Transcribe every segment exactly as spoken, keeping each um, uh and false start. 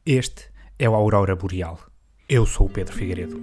Este é o Aurora Boreal. Eu sou o Pedro Figueiredo.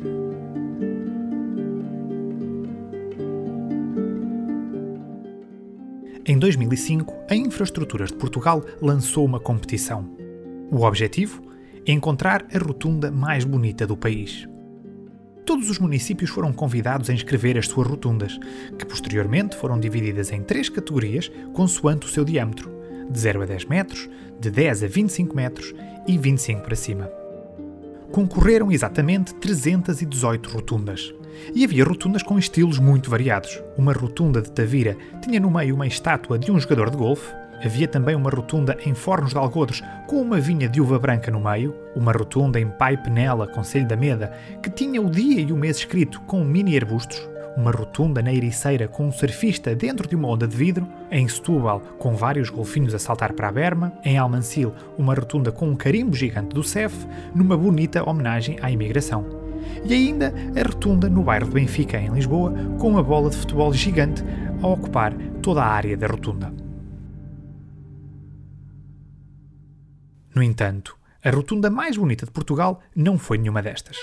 Em dois mil e cinco, a Infraestruturas de Portugal lançou uma competição. O objetivo? Encontrar a rotunda mais bonita do país. Todos os municípios foram convidados a inscrever as suas rotundas, que posteriormente foram divididas em três categorias consoante o seu diâmetro, de zero a dez metros, de dez a vinte e cinco metros e vinte e cinco para cima. Concorreram exatamente trezentas e dezoito rotundas. E havia rotundas com estilos muito variados. Uma rotunda de Tavira tinha no meio uma estátua de um jogador de golfe. Havia também uma rotunda em Fornos de Algodres com uma vinha de uva branca no meio, uma rotunda em Pai Penela, Concelho da Meda, que tinha o dia e o mês escrito com mini arbustos, uma rotunda na Ericeira com um surfista dentro de uma onda de vidro, em Setúbal com vários golfinhos a saltar para a berma, em Almancil uma rotunda com um carimbo gigante do C E F, numa bonita homenagem à imigração. E ainda a rotunda no bairro de Benfica, em Lisboa, com uma bola de futebol gigante a ocupar toda a área da rotunda. No entanto, a rotunda mais bonita de Portugal não foi nenhuma destas.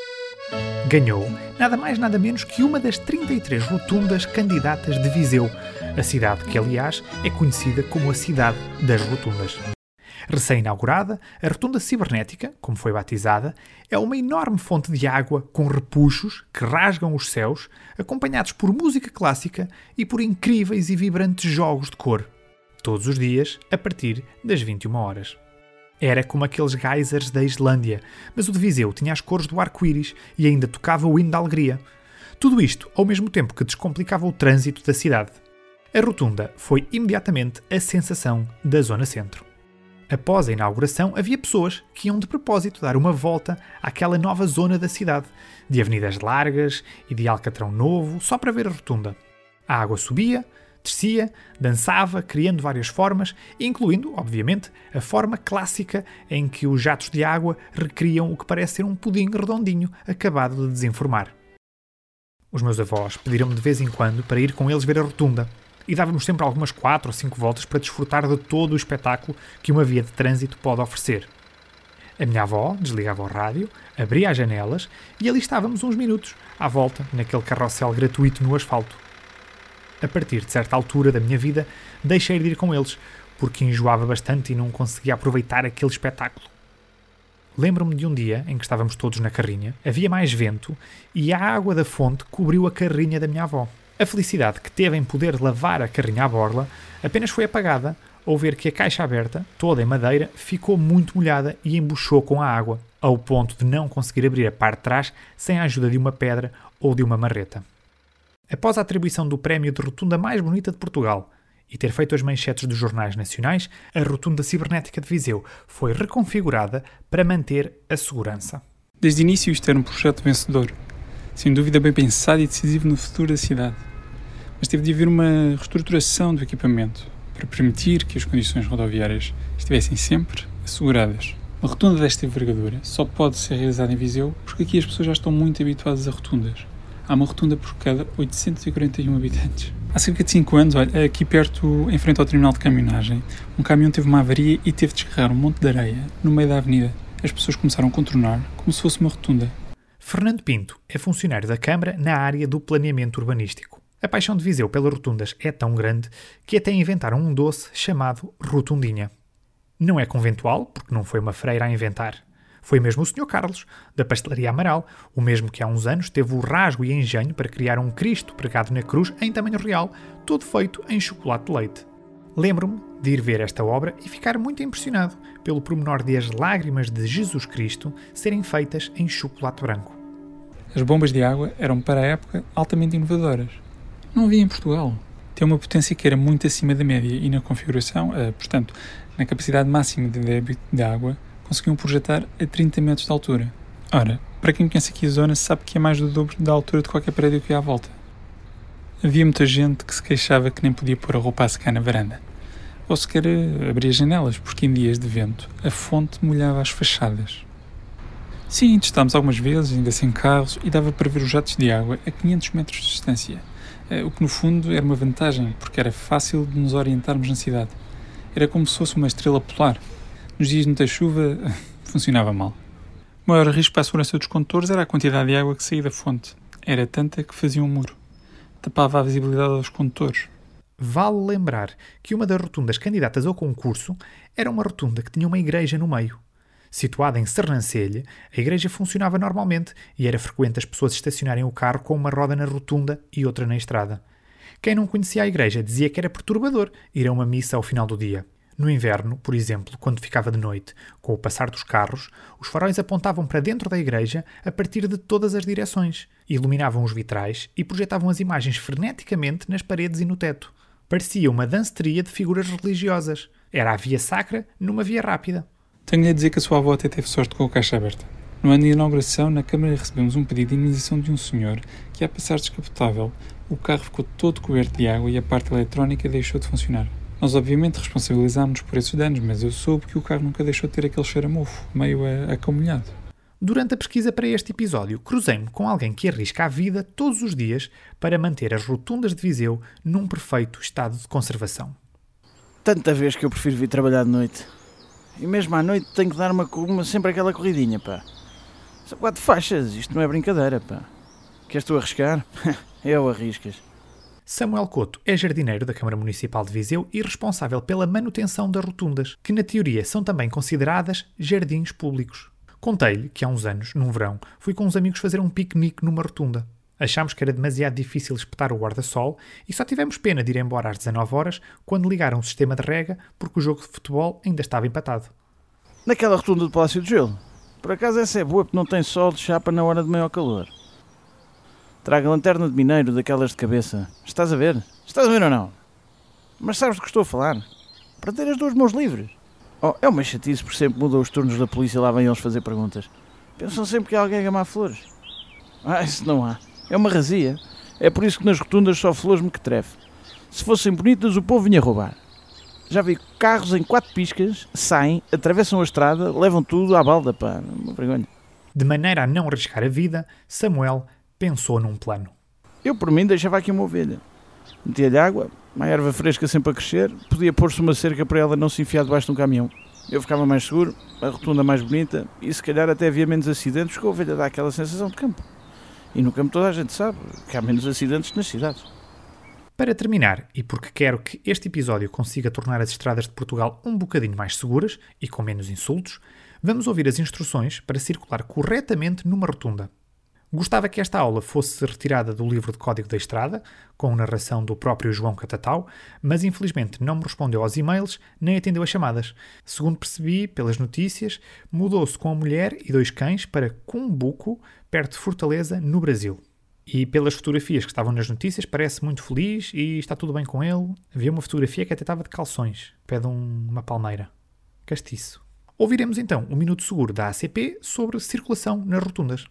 Ganhou nada mais nada menos que uma das trinta e três rotundas candidatas de Viseu, a cidade que, aliás, é conhecida como a cidade das rotundas. Recém-inaugurada, a rotunda cibernética, como foi batizada, é uma enorme fonte de água com repuxos que rasgam os céus, acompanhados por música clássica e por incríveis e vibrantes jogos de cor, todos os dias a partir das vinte e uma horas. Era como aqueles geysers da Islândia, mas o de Viseu tinha as cores do arco-íris e ainda tocava o hino da alegria. Tudo isto ao mesmo tempo que descomplicava o trânsito da cidade. A rotunda foi imediatamente a sensação da Zona Centro. Após a inauguração, havia pessoas que iam de propósito dar uma volta àquela nova zona da cidade, de avenidas largas e de Alcatrão Novo, só para ver a rotunda. A água subia, descia, dançava, criando várias formas, incluindo, obviamente, a forma clássica em que os jatos de água recriam o que parece ser um pudim redondinho acabado de desenformar. Os meus avós pediram-me de vez em quando para ir com eles ver a rotunda, e dávamos sempre algumas quatro ou cinco voltas para desfrutar de todo o espetáculo que uma via de trânsito pode oferecer. A minha avó desligava o rádio, abria as janelas e ali estávamos uns minutos, à volta, naquele carrossel gratuito no asfalto. A partir de certa altura da minha vida, deixei de ir com eles, porque enjoava bastante e não conseguia aproveitar aquele espetáculo. Lembro-me de um dia em que estávamos todos na carrinha, havia mais vento e a água da fonte cobriu a carrinha da minha avó. A felicidade que teve em poder lavar a carrinha à borla apenas foi apagada ao ver que a caixa aberta, toda em madeira, ficou muito molhada e embuchou com a água, ao ponto de não conseguir abrir a parte de trás sem a ajuda de uma pedra ou de uma marreta. Após a atribuição do prémio de rotunda mais bonita de Portugal e ter feito as manchetes dos jornais nacionais, a rotunda cibernética de Viseu foi reconfigurada para manter a segurança. Desde o início isto era um projeto vencedor, sem dúvida bem pensado e decisivo no futuro da cidade. Mas teve de haver uma reestruturação do equipamento para permitir que as condições rodoviárias estivessem sempre asseguradas. Uma rotunda desta envergadura só pode ser realizada em Viseu porque aqui as pessoas já estão muito habituadas a rotundas. Há uma rotunda por cada oitocentos e quarenta e um habitantes. Há cerca de cinco anos, olha, aqui perto, em frente ao terminal de caminhonagem, um caminhão teve uma avaria e teve de descarregar um monte de areia no meio da avenida. As pessoas começaram a contornar como se fosse uma rotunda. Fernando Pinto é funcionário da Câmara na área do planeamento urbanístico. A paixão de Viseu pelas rotundas é tão grande que até inventaram um doce chamado rotundinha. Não é conventual, porque não foi uma freira a inventar. Foi mesmo o senhor Carlos, da Pastelaria Amaral, o mesmo que há uns anos teve o rasgo e engenho para criar um Cristo pregado na cruz em tamanho real, todo feito em chocolate de leite. Lembro-me de ir ver esta obra e ficar muito impressionado pelo pormenor de as lágrimas de Jesus Cristo serem feitas em chocolate branco. As bombas de água eram, para a época, altamente inovadoras. Não havia em Portugal. Tem uma potência que era muito acima da média e na configuração, eh, portanto, na capacidade máxima de débito de água, conseguiam projetar a trinta metros de altura. Ora, para quem conhece aqui a zona, sabe que é mais do dobro da altura de qualquer prédio que há à volta. Havia muita gente que se queixava que nem podia pôr a roupa a secar na varanda, ou sequer abrir as janelas, porque em dias de vento a fonte molhava as fachadas. Sim, testámos algumas vezes, ainda sem carros, e dava para ver os jatos de água a quinhentos metros de distância, o que no fundo era uma vantagem, porque era fácil de nos orientarmos na cidade. Era como se fosse uma estrela polar. Nos dias de muita chuva, funcionava mal. O maior risco para a segurança dos condutores era a quantidade de água que saía da fonte. Era tanta que fazia um muro. Tapava a visibilidade aos condutores. Vale lembrar que uma das rotundas candidatas ao concurso era uma rotunda que tinha uma igreja no meio. Situada em Sernancelha, a igreja funcionava normalmente e era frequente as pessoas estacionarem o carro com uma roda na rotunda e outra na estrada. Quem não conhecia a igreja dizia que era perturbador ir a uma missa ao final do dia. No inverno, por exemplo, quando ficava de noite, com o passar dos carros, os faróis apontavam para dentro da igreja a partir de todas as direções, iluminavam os vitrais e projetavam as imagens freneticamente nas paredes e no teto. Parecia uma danceteria de figuras religiosas. Era a via sacra numa via rápida. Tenho-lhe a dizer que a sua avó até teve sorte com a caixa aberta. No ano de inauguração, na Câmara recebemos um pedido de indenização de um senhor que, a passar descapotável, o carro ficou todo coberto de água e a parte eletrónica deixou de funcionar. Nós obviamente responsabilizámos-nos por esses danos, mas eu soube que o carro nunca deixou de ter aquele cheiro a mofo, meio acamulhado. Durante a pesquisa para este episódio, cruzei-me com alguém que arrisca a vida todos os dias para manter as rotundas de Viseu num perfeito estado de conservação. Tanta vez que eu prefiro vir trabalhar de noite. E mesmo à noite tenho que dar uma, uma sempre aquela corridinha, pá. São quatro faixas, isto não é brincadeira, pá. Queres tu arriscar? Eu arriscas. Samuel Couto é jardineiro da Câmara Municipal de Viseu e responsável pela manutenção das rotundas, que na teoria são também consideradas jardins públicos. Contei-lhe que há uns anos, num verão, fui com uns amigos fazer um piquenique numa rotunda. Achámos que era demasiado difícil espetar o guarda-sol e só tivemos pena de ir embora às dezanove horas quando ligaram o sistema de rega porque o jogo de futebol ainda estava empatado. Naquela rotunda do Palácio do Gelo. Por acaso essa é boa porque não tem sol de chapa na hora de maior calor. Traga lanterna de mineiro daquelas de cabeça. Estás a ver? Estás a ver ou não? Mas sabes do que estou a falar? Para ter as duas mãos livres. Oh, é uma chatice por sempre mudam os turnos da polícia e lá vêm eles fazer perguntas. Pensam sempre que há alguém a gamar flores. Ah, isso não há. É uma razia. É por isso que nas rotundas só flores me que trefe. Se fossem bonitas o povo vinha roubar. Já vi carros em quatro piscas, saem, atravessam a estrada, levam tudo à balda, pá. Uma vergonha. De maneira a não arriscar a vida, Samuel pensou num plano. Eu, por mim, deixava aqui uma ovelha. Metia-lhe água, uma erva fresca sempre a crescer, podia pôr-se uma cerca para ela não se enfiar debaixo de um caminhão. Eu ficava mais seguro, a rotunda mais bonita e se calhar até havia menos acidentes, porque a ovelha dá aquela sensação de campo. E no campo toda a gente sabe que há menos acidentes nas cidades. Para terminar, e porque quero que este episódio consiga tornar as estradas de Portugal um bocadinho mais seguras e com menos insultos, vamos ouvir as instruções para circular corretamente numa rotunda. Gostava que esta aula fosse retirada do livro de Código da Estrada, com narração do próprio João Catatau, mas infelizmente não me respondeu aos e-mails nem atendeu as chamadas. Segundo percebi pelas notícias, mudou-se com a mulher e dois cães para Cumbuco, perto de Fortaleza, no Brasil. E pelas fotografias que estavam nas notícias parece muito feliz e está tudo bem com ele. Havia uma fotografia que até estava de calções, pé de um, uma palmeira. Castiço. Ouviremos então o Minuto Seguro da A C P sobre circulação nas rotundas.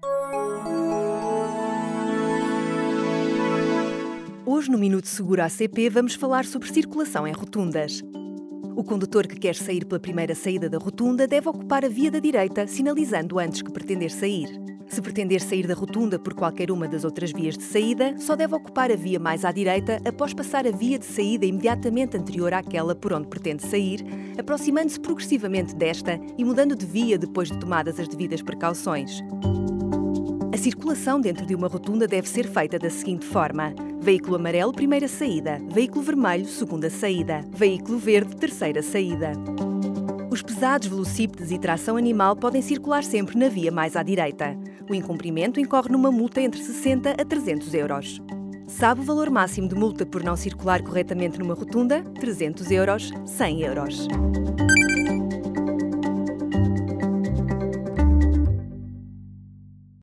Hoje, no Minuto Seguro A C P, vamos falar sobre circulação em rotundas. O condutor que quer sair pela primeira saída da rotunda deve ocupar a via da direita, sinalizando antes que pretender sair. Se pretender sair da rotunda por qualquer uma das outras vias de saída, só deve ocupar a via mais à direita após passar a via de saída imediatamente anterior àquela por onde pretende sair, aproximando-se progressivamente desta e mudando de via depois de tomadas as devidas precauções. A circulação dentro de uma rotunda deve ser feita da seguinte forma: veículo amarelo, primeira saída; veículo vermelho, segunda saída; veículo verde, terceira saída. Os pesados, velocípedes e tração animal podem circular sempre na via mais à direita. O incumprimento incorre numa multa entre sessenta a trezentos euros. Sabe o valor máximo de multa por não circular corretamente numa rotunda? trezentos euros, cem euros.